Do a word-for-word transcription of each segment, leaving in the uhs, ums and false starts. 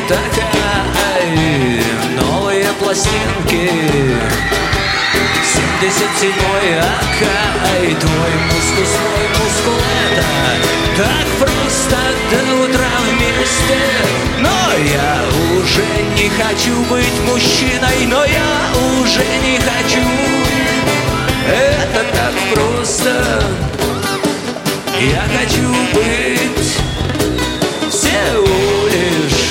такая, новые пластинки. Семьдесят седьмой Аккай, твой мускул, свой мускул, это так просто до утра вместе. Но я уже не хочу быть мужчиной, но я уже не хочу. Это так просто. Я хочу быть всего лишь.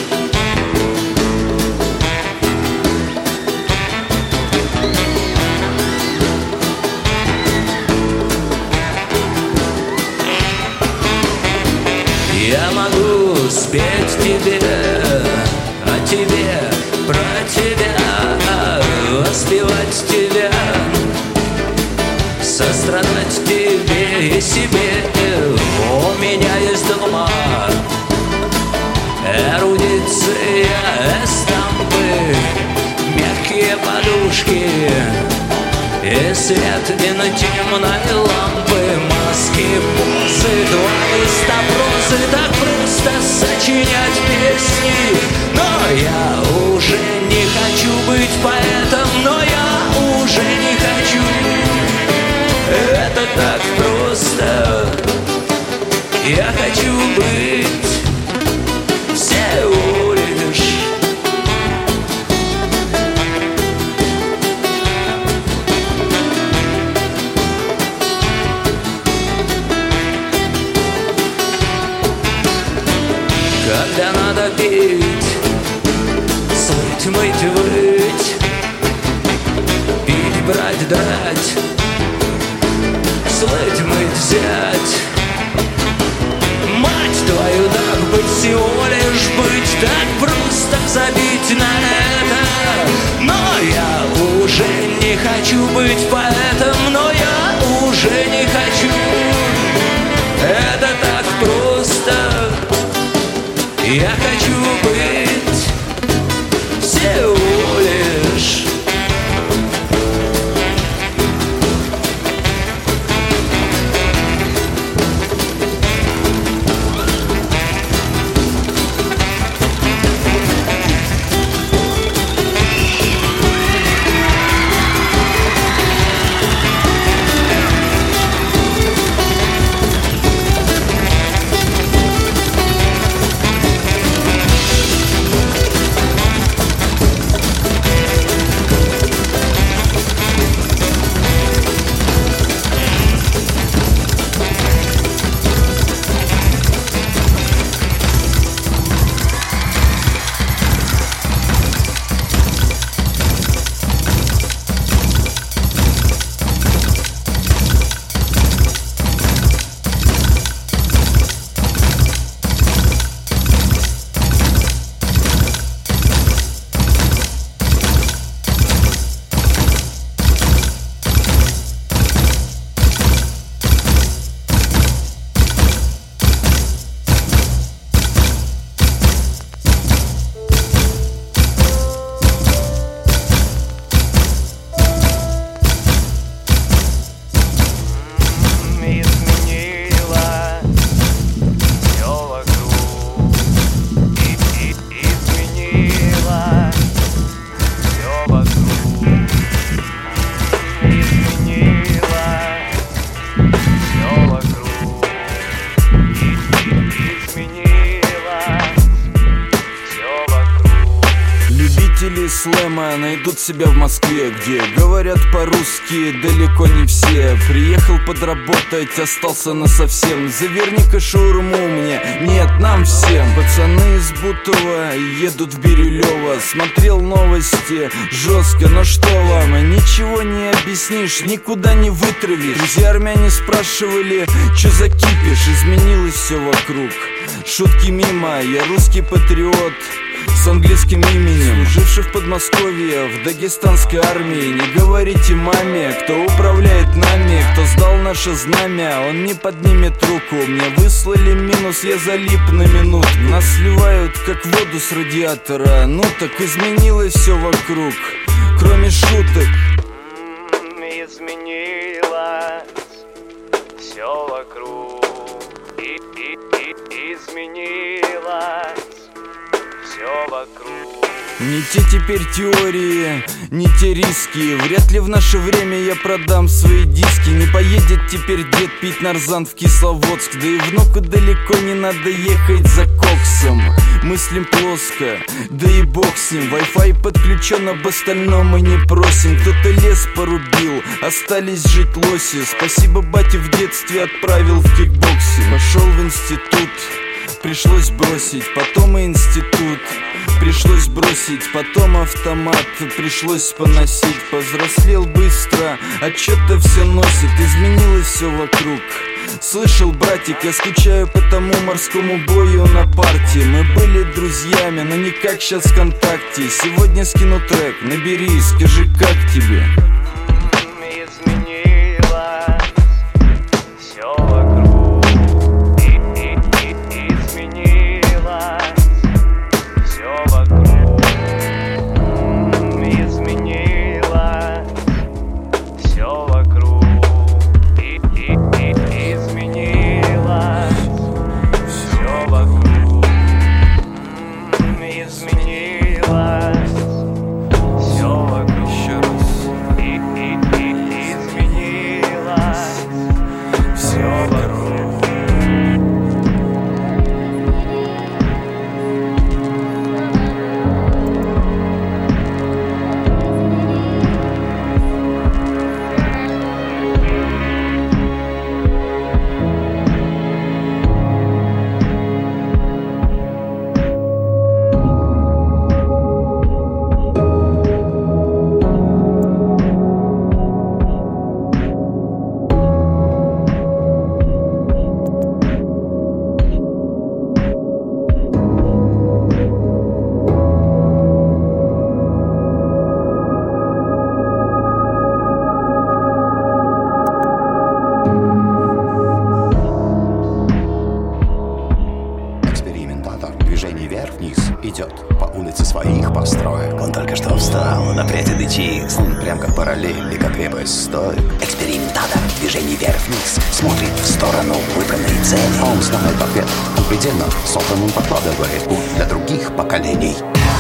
Я могу спеть тебе о тебе, про тебя, воспевать тебя, сострадать тебе и себе. У меня есть дома эрудиция, эстампы, мягкие подушки и свет интимной лампы, маски, позы, два листа прозы. Так просто сочинять песни. Но я уже не хочу быть поэтом, но я уже не хочу. Это так просто. Я хочу быть всего лишь. Когда надо пить, слыть, мыть, выть, пить, брать, драть, слыть, мыть, взять. Мать твою, так быть, всего лишь быть, так просто забить на это. Но я уже не хочу быть поэтом, но я уже не хочу. Это так просто. Я хочу быть всего лишь. Слэма найдут себя в Москве, где говорят по-русски далеко не все. Приехал подработать, остался насовсем. Заверни-ка шаурму мне, нет, нам всем. Пацаны из Бутова едут в Бирюлево. Смотрел новости, жестко, но что вам? Ничего не объяснишь, никуда не вытравишь. Друзья армяне спрашивали, что за кипиш? Изменилось все вокруг, шутки мимо, я русский патриот с английским именем, служивший в Подмосковье в дагестанской армии. Не говорите маме, кто управляет нами, кто сдал наше знамя, он не поднимет руку. Мне выслали минус, я залип на минутку. Нас сливают как воду с радиатора. Ну так изменилось все вокруг, кроме шуток. Изменилось все вокруг, и, и, и, изменилось все вокруг. Не те теперь теории, не те риски. Вряд ли в наше время я продам свои диски. Не поедет теперь дед пить нарзан в Кисловодск. Да и внуку далеко не надо ехать за коксом. Мыслим плоско, да и бог с ним. Wi-Fi подключен, об остальном мы не просим. Кто-то лес порубил, остались жить лоси. Спасибо, батя в детстве отправил в кикбоксе. Пошел в институт, пришлось бросить, потом и институт. Пришлось бросить, потом автомат. Пришлось поносить, повзрослел быстро, отчет-то все носит. Изменилось все вокруг. Слышал, братик, я скучаю по тому морскому бою на парте. Мы были друзьями, но не как сейчас ВКонтакте. Сегодня скину трек, набери, скажи, как тебе. Изменилось все вокруг. И, и, и, изменилось все вокруг. Изменилось все вокруг. И, и, и, изменилось все вокруг. Изменилось все вокруг. Еще раз. И, и, и, изменилось все вокруг. Экспериментатор движений вверх-вниз идет по улице своих построек. Он только что встал на прядь чист. Он прям как параллель и как крепость стоит. Экспериментатор движений вверх-вниз смотрит в сторону выбранной цели. Он знает ответ, он предельно собран, он подкладывает путь для других поколений.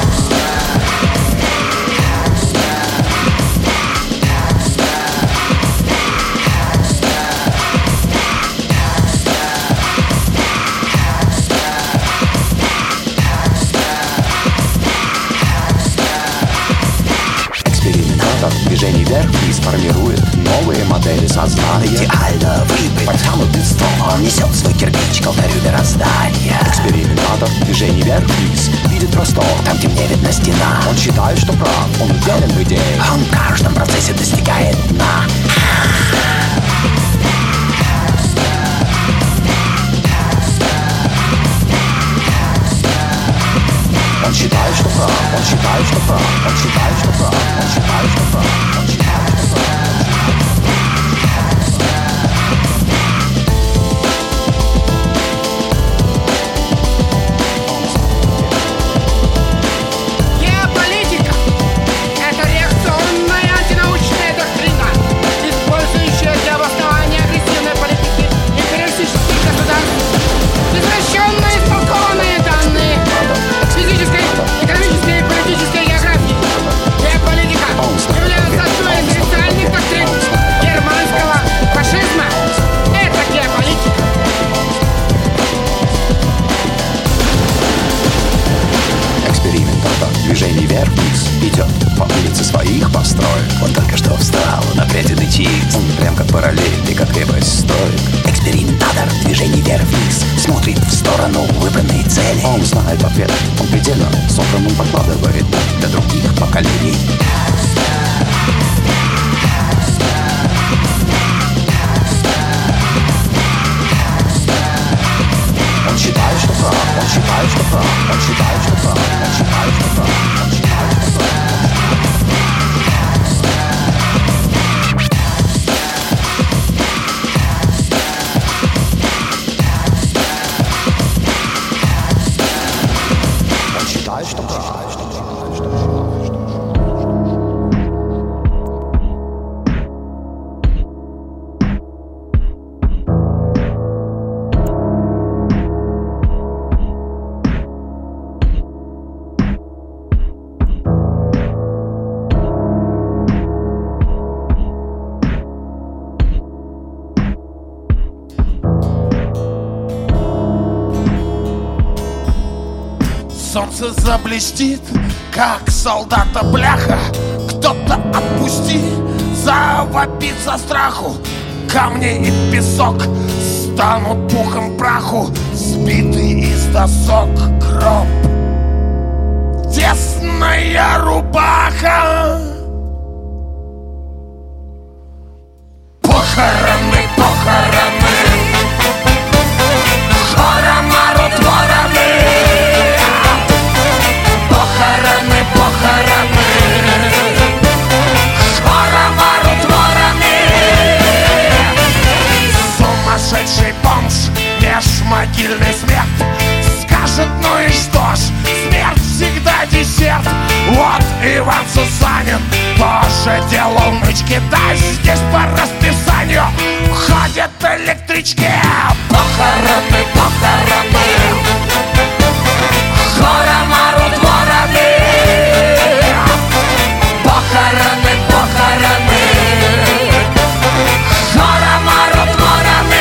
Движение вверх-вниз формирует новые модели сознания. Идеально выбрит, подтянутый стол. Он несет свой кирпич к алтарю мироздания. Экспериментатор движение вверх-вниз видит простор, там где не видна стена. Он считает, что прав, он уверен в идее. Он в каждом процессе достигает дна. Он считает, что прав, он считает, что прав, он считает, что прав, он считает, что прав, он считает, что прав. Геополитика – это реакционная антинаучная доктрина, использующая для обоснования агрессивной политики империалистических государств извращенные истолкованные данные физической, экономической и политической географии. Геополитика является одной из официальных доктрин германского фашизма. Это геополитика. Экспериментатор движение вверх-вниз идет по улице своих построек. Он только что встал на прядь чист. Он прям как параллель и как крепость стоит. Экспериментатор движение вверх-вниз смотрит в сторону выбранной цели. Он знает ответ, он предельно собран, он подкладывает путь для других поколений. Он считает, что прав, он считает, что прав, он считает, что прав, он считает, что прав, он считает, что прав. Он считает, что прав, что прав, что прав. солнце заблестит, как солдата бляха. Кто-то отпусти, завопит со страху. Камни и песок станут пухом праху, сбитый из досок гроб. Тесная рубаха. Похороны, похороны, хором орут вороны. Похороны, похороны, хором орут вороны. Сумасшедший бомж, межмогильный смерть, скажет, ну и что ж, смерть всегда десерт. Вот Иван Сусанин тоже делал нычки, да здесь по расписанию ходят электрички. Похороны, похороны, хором орут вороны. Похороны, похороны, хором орут вороны.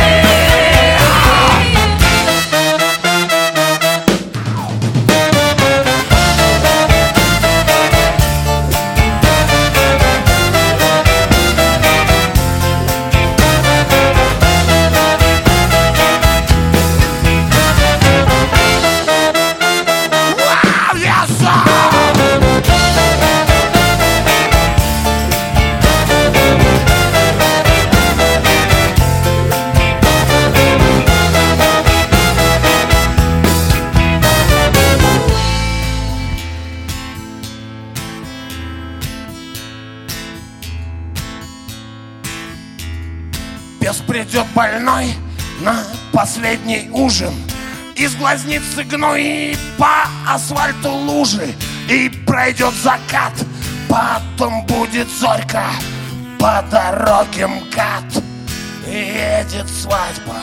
Придет больной на последний ужин, из глазницы гной по асфальту лужи. И пройдет закат, потом будет зорька, по дороге МКАД едет свадьба.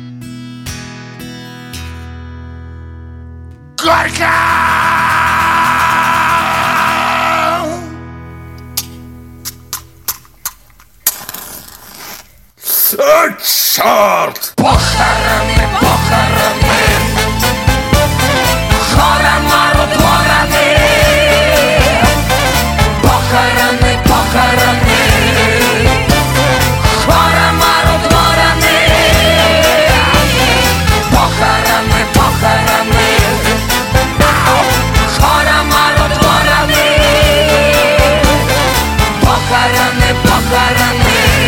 Горько! О, черт! Похороны, похороны, хором орут вороны. Похороны, похороны, хором орут вороны. Похороны, похороны, хором орут вороны. Похороны, похороны.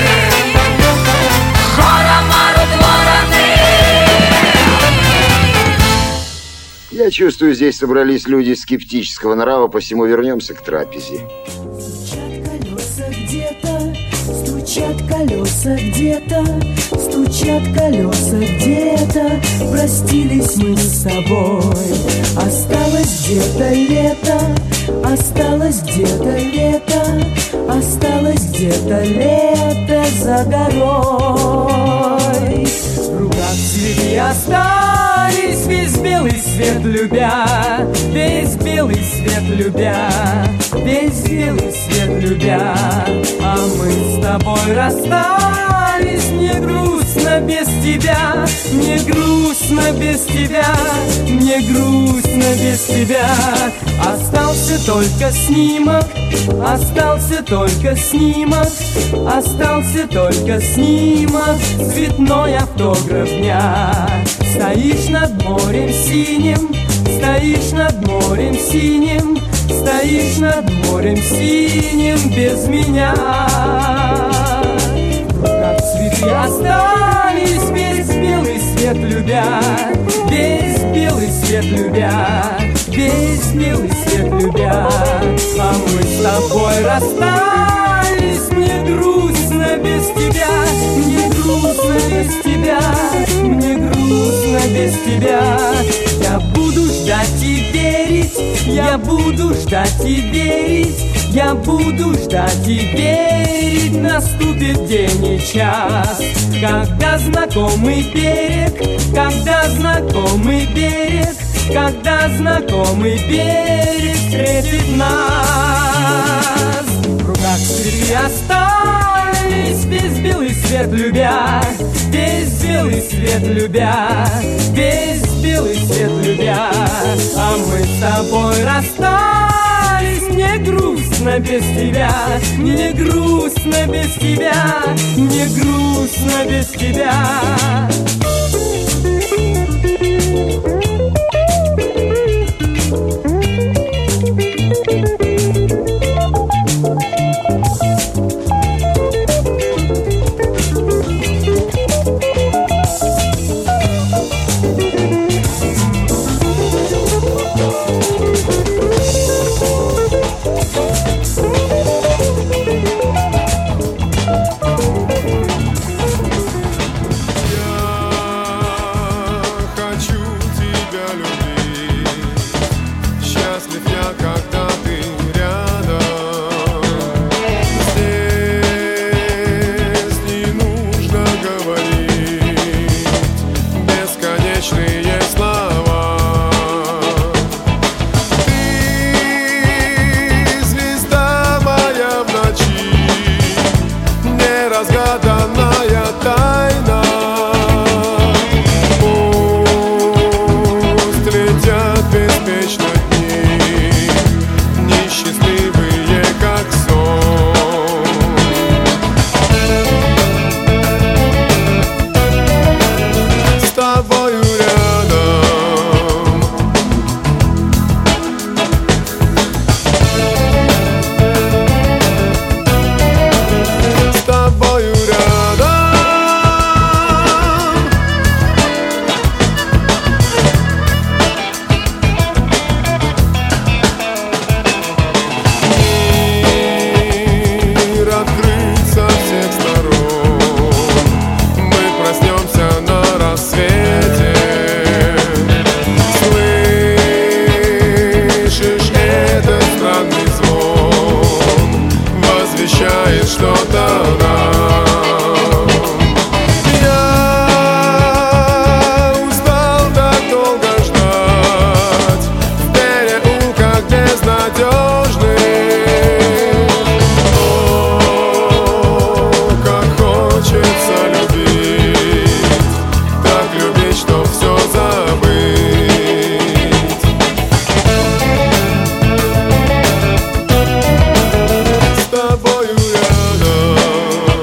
Я чувствую, здесь собрались люди скептического нрава, посему вернемся к трапезе. Стучат колеса где-то, стучат колеса где-то. Простились мы с тобой, осталось где-то лето, осталось где-то лето, осталось где-то лето за горой. В руках цветы остались, весь белый свет любя, весь белый свет любя, весь белый свет любя. А мы с тобой расстались, мне грустно без тебя, мне грустно без тебя, мне грустно без тебя. Остался только снимок, остался только снимок, остался только снимок, цветной автограф дня. Стоишь над морем синим, стоишь над морем синим, стоишь над морем синим без меня. В руках цветы остались, весь белый свет любя, весь белый свет любя, весь белый свет любя. А мы с тобой расстались, мне грустно без тебя, мне грустно без тебя, мне грустно без тебя. Я буду ждать и верить, я буду ждать и верить, я буду ждать и верить. Наступит день и час, когда знакомый берег, когда знакомый берег, когда знакомый берег встретит нас. В руках цветы остались, весь белый свет любя, весь белый свет любя, весь белый белый свет любя. А мы с тобой расстались, мне грустно без тебя, мне грустно без тебя, мне грустно без тебя. Разгаданная тайна. Пусть летят беспечно дни, несчастливые, как сон. С тобою рядом, с тобою рядом. Мир открыт со всех сторон, мы проснемся на рассвете. Слышишь этот странный звон, возвещает что-то нам. Я устал так долго ждать в переулках безнадежных. О, как хочется любить, так любить, что все забыть. С тобою рядом.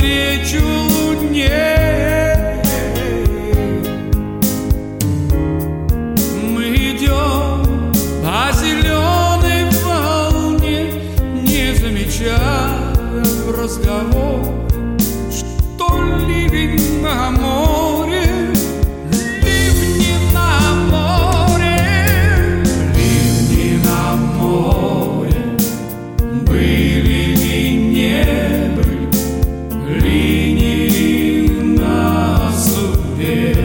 навстречу луне. Мы идем по зеленой волне, не замечая в разговор, что ливень на море, ливни на море, ливни на море, были ли не были, линии на судьбе.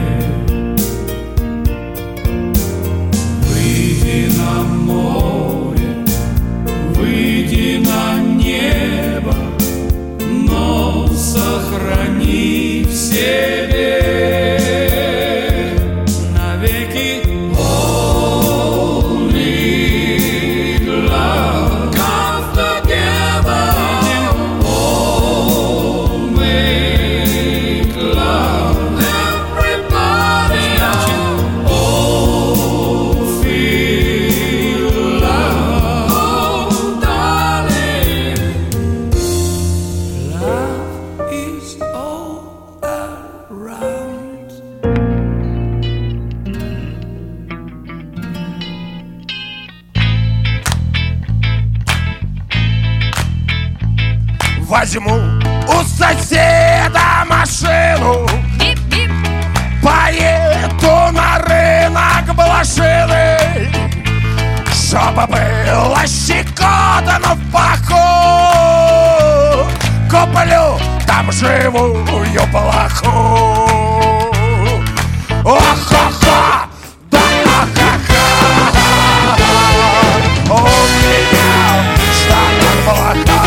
Выйди на море, выйди на небо, но сохрани в себе навеки only love comes together. All make love, everybody. All feel love, oh darling. Love is all around. Возьму у соседа машину, поеду на рынок блошиный, чтобы было щекотно в паху. Куплю там живую блоху. Ох-ха-ха, да ха-ха-ха. У меня в штанах блоха.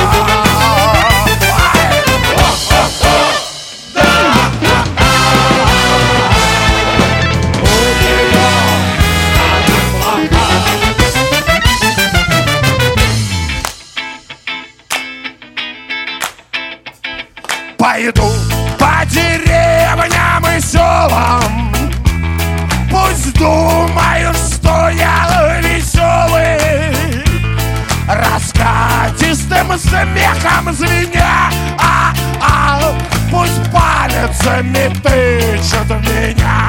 Пойду по деревням и селам, пусть думают, что я веселый, раскатистым смехом звеня, а-а, пусть пальцами тычут в меня.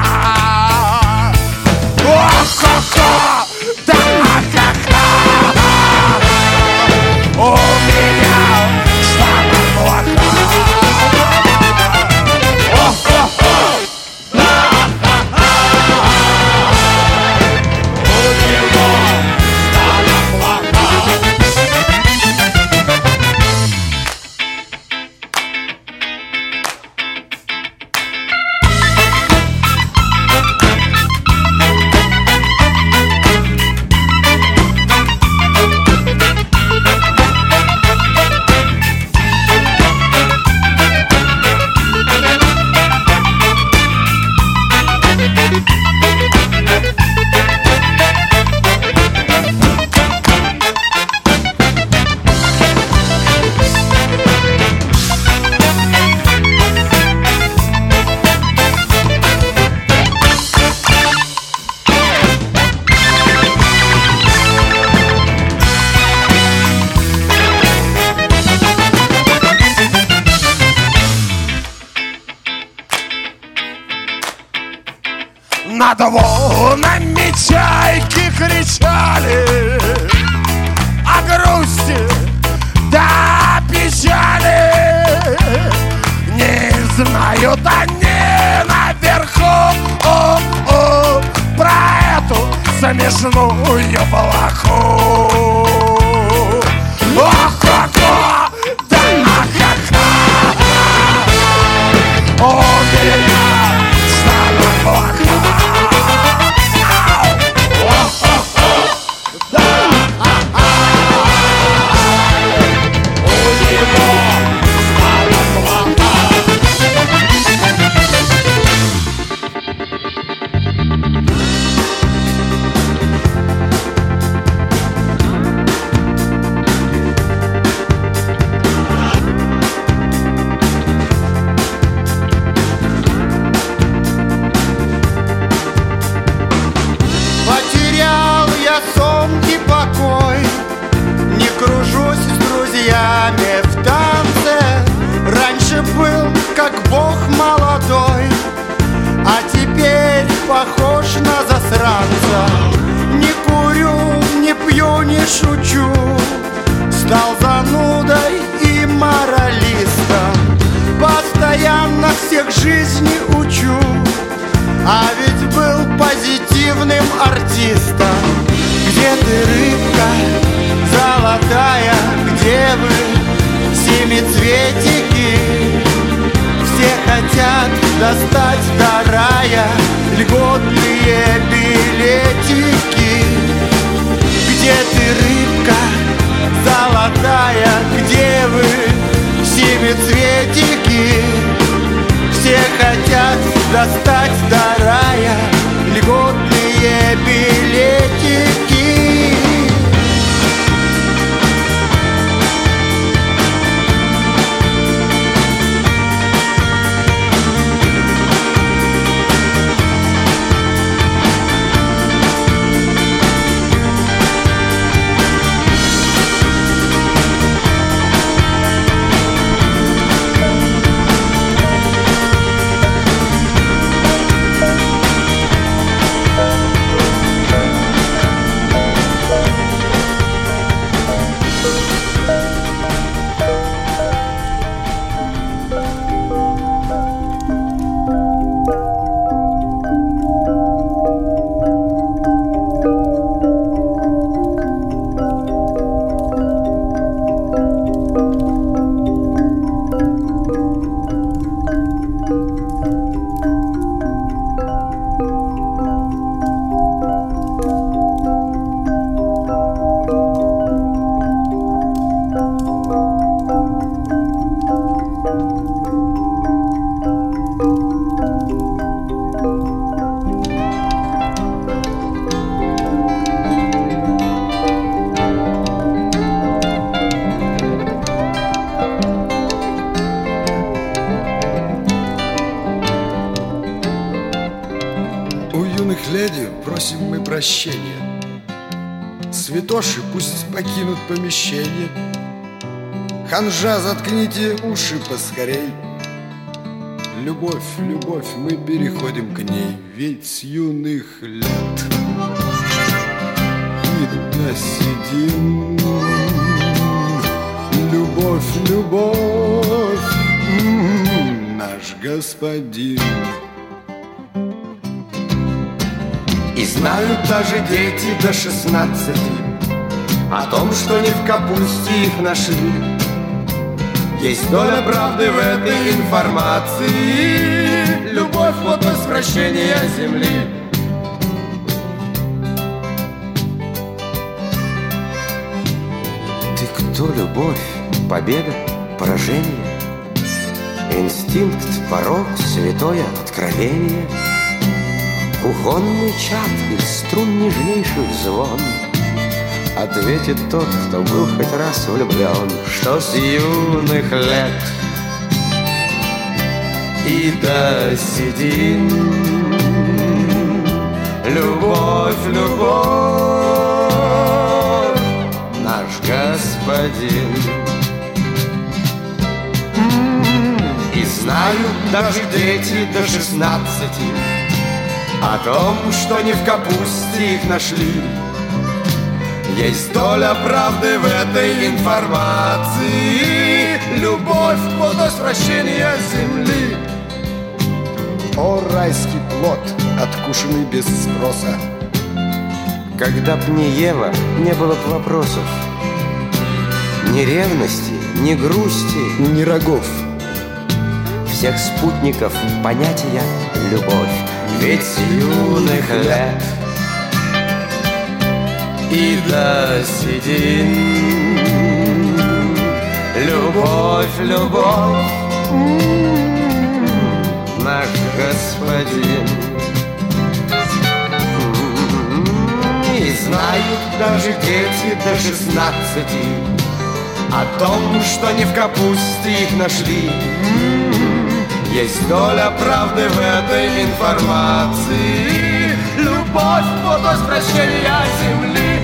Ох-ха-ха, да ха-ха, у меня штаны плоха. Над волнами чайки кричали о грусти да печали. Не знают они наверху о-о, про эту смешную блоху. Ох-ха-ха, да ха-ха, у меня штаны плоха. как бог молодой, а теперь похож на засранца. Не курю, не пью, не шучу, стал занудой и моралистом. Постоянно всех жизни учу, а ведь был позитивным артистом. Где ты, рыбка золотая, где вы, семицветики? Все хотят достать до рая льготные билетики. Где ты, рыбка золотая, где вы, семицветики? Все хотят достать до рая льготные билетики. Прощения. Святоши пусть покинут помещение. Ханжа, заткните уши поскорей. Любовь, любовь, мы переходим к ней. Ведь с юных лет видно сидим. Любовь, любовь, м-м, наш господин. И знают даже дети до шестнадцати о том, что не в капусте их нашли. Есть доля правды в этой информации. Любовь — вот возвращение земли. Ты кто, любовь? Победа? Поражение? Инстинкт, порок, святое откровение? Кухонный чад или струн нежнейших звон? Ответит тот, кто был хоть раз влюблен, что с юных лет и до седин любовь, любовь, наш господин. И знают даже дети до шестнадцати о том, что не в капусте их нашли. Есть доля правды в этой информации. Любовь — вот возвращение земли. О, райский плод, откушенный без спроса. Когда б не Ева, не было б вопросов. Ни ревности, ни грусти, ни рогов. Всех спутников понятия любовь. Ведь с юных лет и до седин любовь, любовь, наш господин. И знают даже дети до шестнадцати о том, что не в капусте их нашли. Есть доля правды в этой информации. Любовь — вот возвращение земли.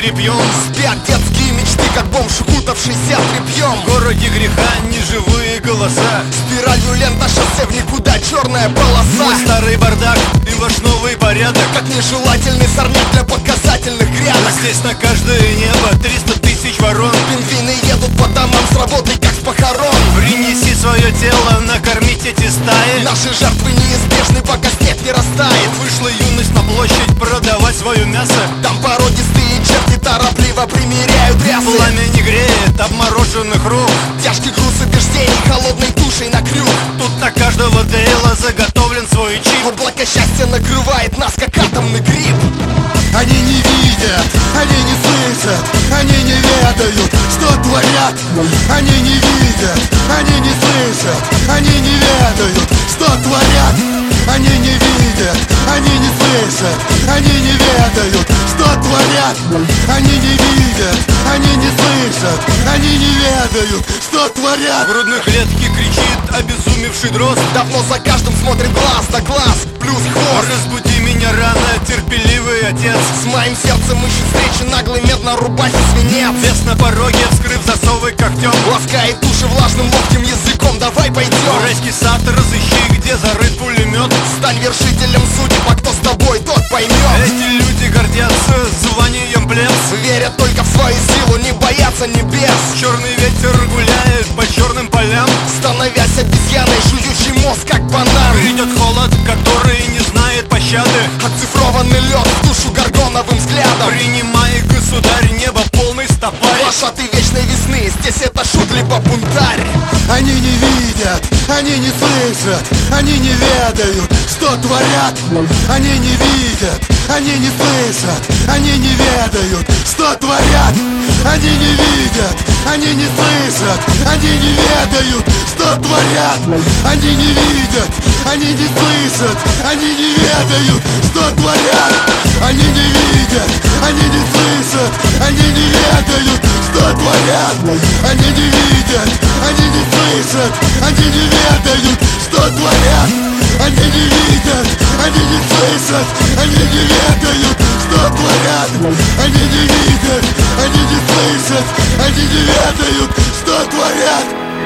не пьем. Спят детские мечты, как бомж, укутавшийся тряпьем. В городе греха неживые голоса. Спиралью лент на шоссе в никуда, черная полоса. Мой старый бардак и ваш новый порядок, как нежелательный сорняк для показательных грядок. Здесь на каждое небо триста тысяч ворон. Пингвины едут по домам с работы, как с похорон. Принеси свое тело, накормить эти стаи. Наши жертвы неизбежны, пока снег не растает. Вышла юность на площадь продавать свое мясо. Там породистые черти торопливо примеряют рясы. Пламя не греет обмороженных рук. Тяжкий груз убеждений холодной тушей на крюк. Тут на каждого Дейла заготовлен свой чип. Облако счастья накрывает нас, как атомный гриб. Они не видят, они не слышат, они не ведают, что творят. Они не видят, они не слышат, они не ведают, что творят. Они не видят, они не слышат, они не ведают, что творят. Они не видят, они не слышат, они не ведают, что творят. В грудной клетке кричит обезумевший дрозд. Давно за каждым смотрит глаз да глаз, плюс хвост. Разбуди меня рано, терпеливый отец. С моим сердцем ищет встречи наглый мед на рубахе свинец. Вес на пороге, вскрыв засовы когтем. Ласкает уши влажным ловким языком, давай пойдем. Райский сад разыщи, где зарыт пулемет. Стань вершителем судеб, а кто с тобой, тот поймет. Эти люди гордятся званием плебс. Верят только в свою силу, не боятся небес. Черный ветер гуляет по черным полям, становясь обезьяной, жующий мозг, как банан. Придет холод, который не знает пощады. Оцифрованный лед в душу горгоновым взглядом. Принимай, государь, небо полный стопарь. Лошаты вечной весны, здесь это шут либо бунтарь. Они не видят, они не слышат, они не ведают, что творят. Они не видят, они не слышат, они не ведают, что творят. Они не видят, они не слышат, они не ведают, что творят. Они не видят, они не слышат, они не ведают, что творят. Они не видят, они не слышат, они не ведают, что творят. Они не видят, они не слышат, они не ведают, что творят. Они не видят, они не слышат, они не ведают, что творят. Они не видят, они не слышат, они не ведают, что творят.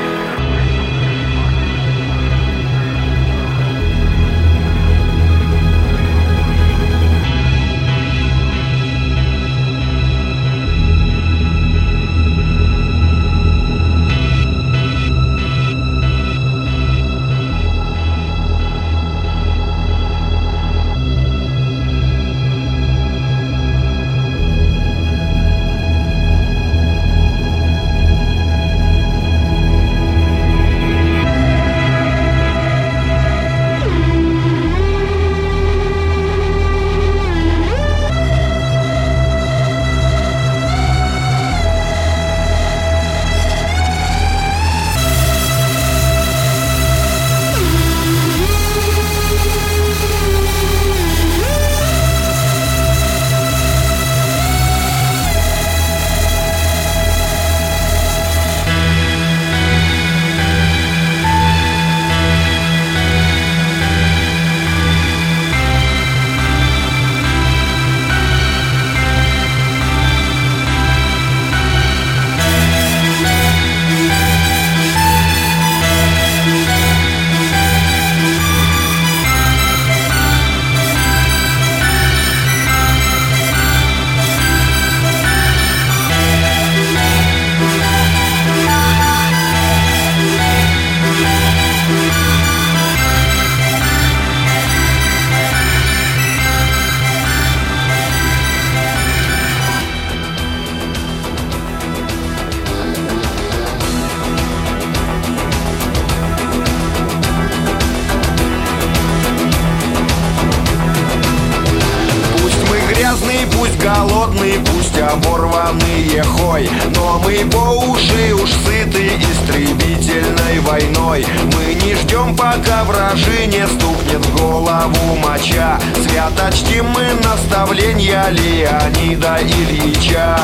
голодный, пусть оборванные хой, но мы по уши уж сыты истребительной войной. Мы не ждем, пока вражи не стукнет в голову моча. Свято чтим мы наставления Леонида Ильича.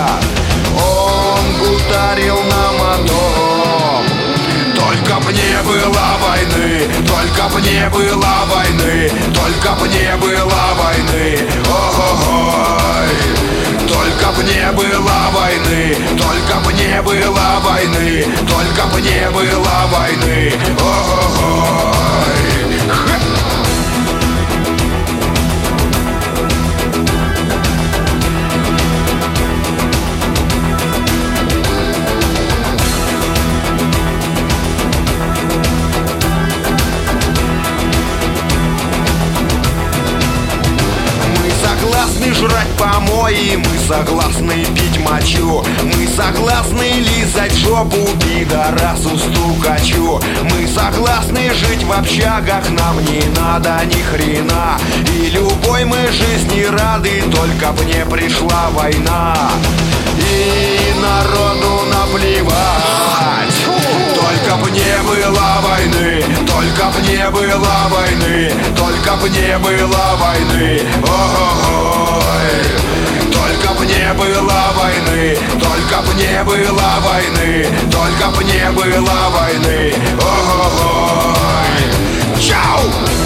Он гутарил нам о том: только б не было войны, только б не было войны, только б не было войны, ой, только б не было войны, только б не было войны, только б не было войны. Ой-ой-ой. Согласны жрать помои, мы согласны пить мочу, мы согласны лизать жопу пидорасу стукачу, мы согласны жить в общагах, нам не надо ни хрена, и любой мы жизни рады, только б не пришла война, и народу наплевать. Только б не было войны, только б не было войны, только б не было войны. Ой, только б не было войны, только б не было войны, только б не было войны. Ой, чау!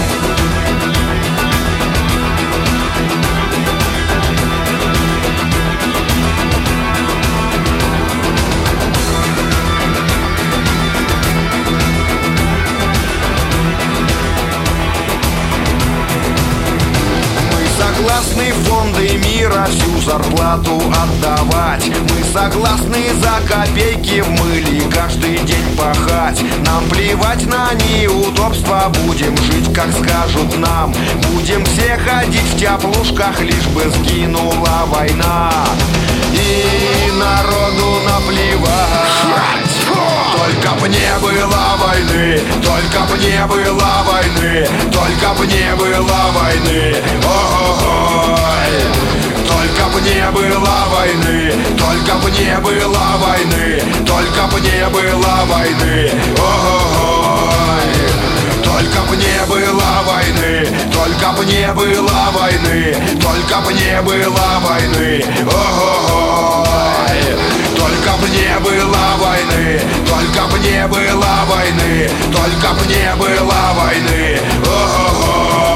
Согласны фонды мира всю зарплату отдавать, мы согласны за копейки в мыле каждый день пахать. Нам плевать на неудобства, будем жить как скажут нам, будем все ходить в теплушках, лишь бы сгинула война, и народу наплевать. Только б не было войны, только б не было войны, только б не было войны. Ой, только б не было войны, только б не было войны, только б не было войны. Ой, только б не было войны, только б не было войны, только б не было войны. Ой, только б не было войны, только б не было войны, только б не было войны. Ой.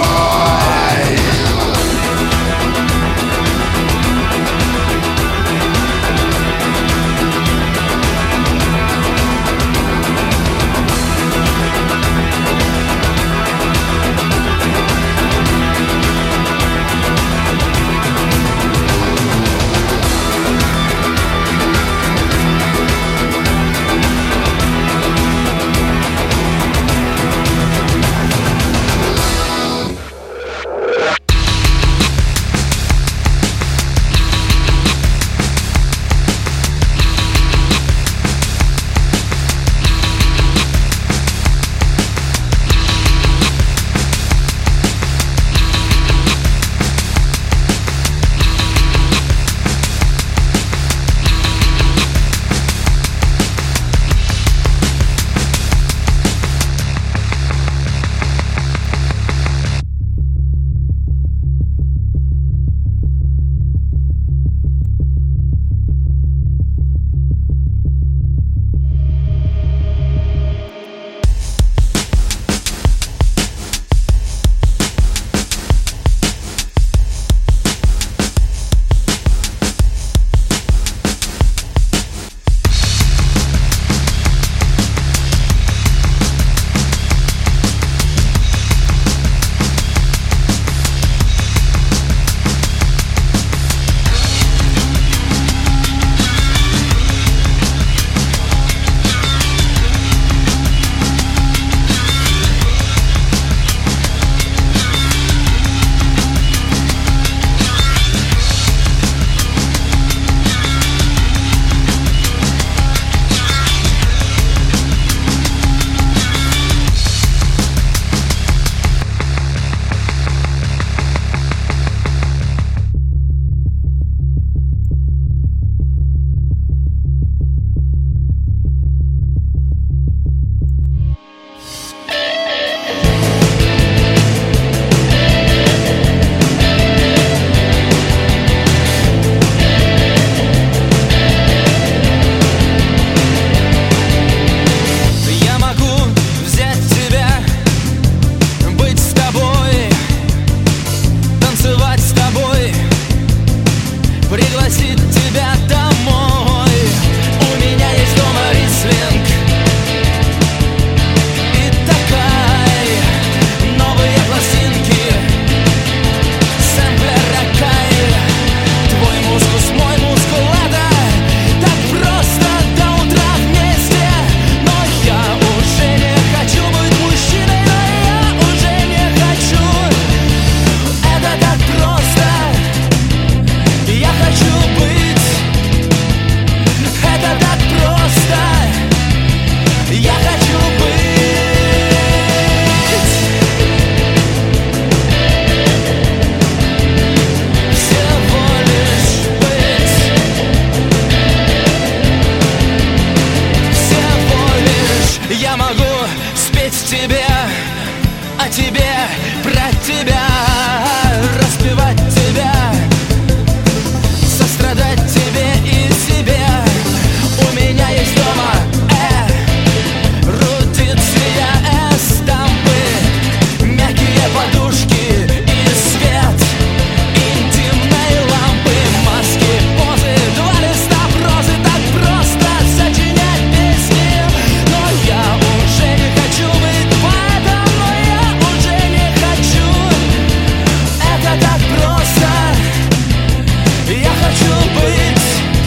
могу спеть тебе, о тебе, про тебя, распевать тебя, сострадать тебе и себе. У меня есть дома э, рудиция, эстампы, мягкие подушки и свет интимной лампы, маски, позы, два листа прозы. Так просто сочинять песни, но я уже не хочу быть поэтом, но я уже не хочу. Это так просто, я хочу быть.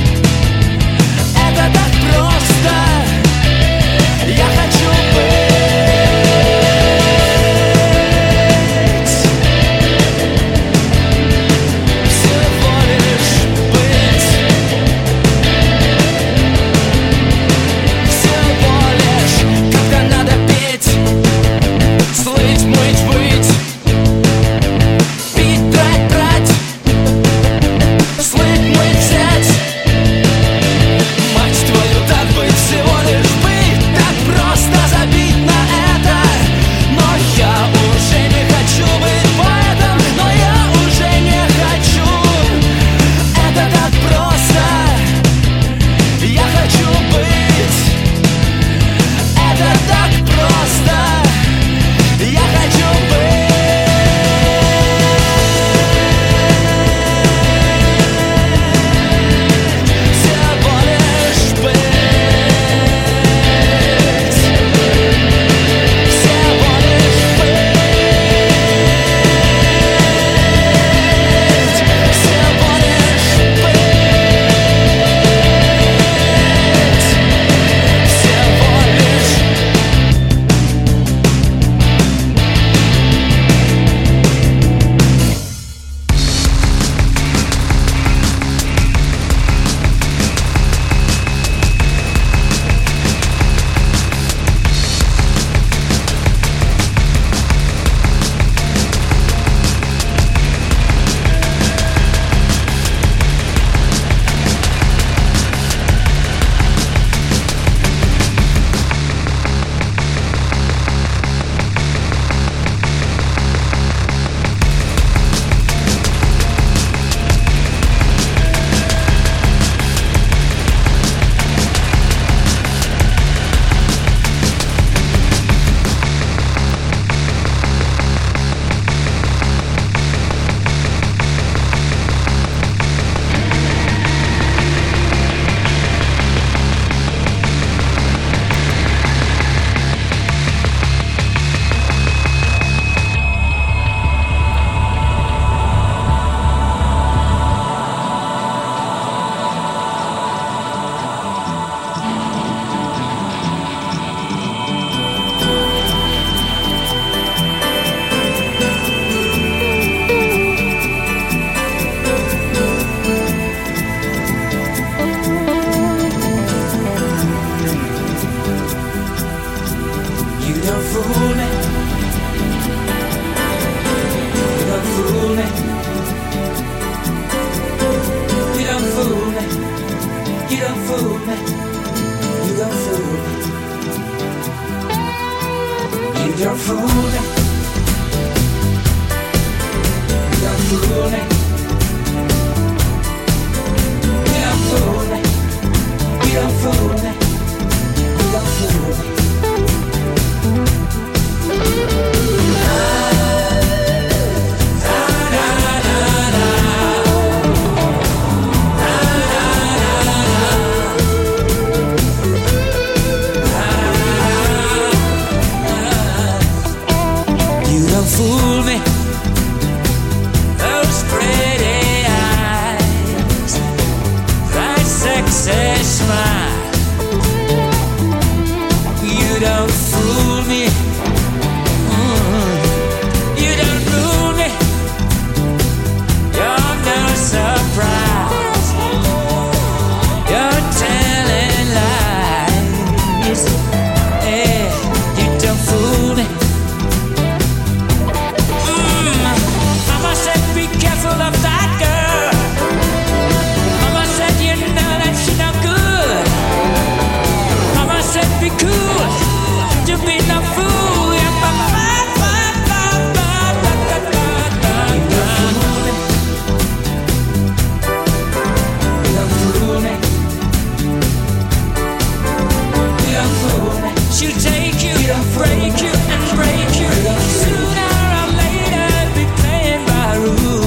Это так просто, я хочу быть. Всего лишь быть. Всего лишь, когда надо петь, слыть, мыть, быть, пить, драть, брать, слыть, мыть, взять. Мать твою, так быть, всего лишь быть. Так просто забить на это. Но я уже не хочу быть поэтом, но я уже не хочу. Это так просто, я хочу быть. Это так просто, я хочу быть. Всего лишь быть. Всего лишь быть. Всего лишь быть. Всего лишь. You don't fool me. You don't fool me. You don't fool me. You don't fool me. You don't fool me. You don't fool me. You don't fool me. You don't fool me. You don't fool me. You don't fool me. You don't fool me. Those friends She'll take you, break you, and break you. Sooner or later, be playing by rules.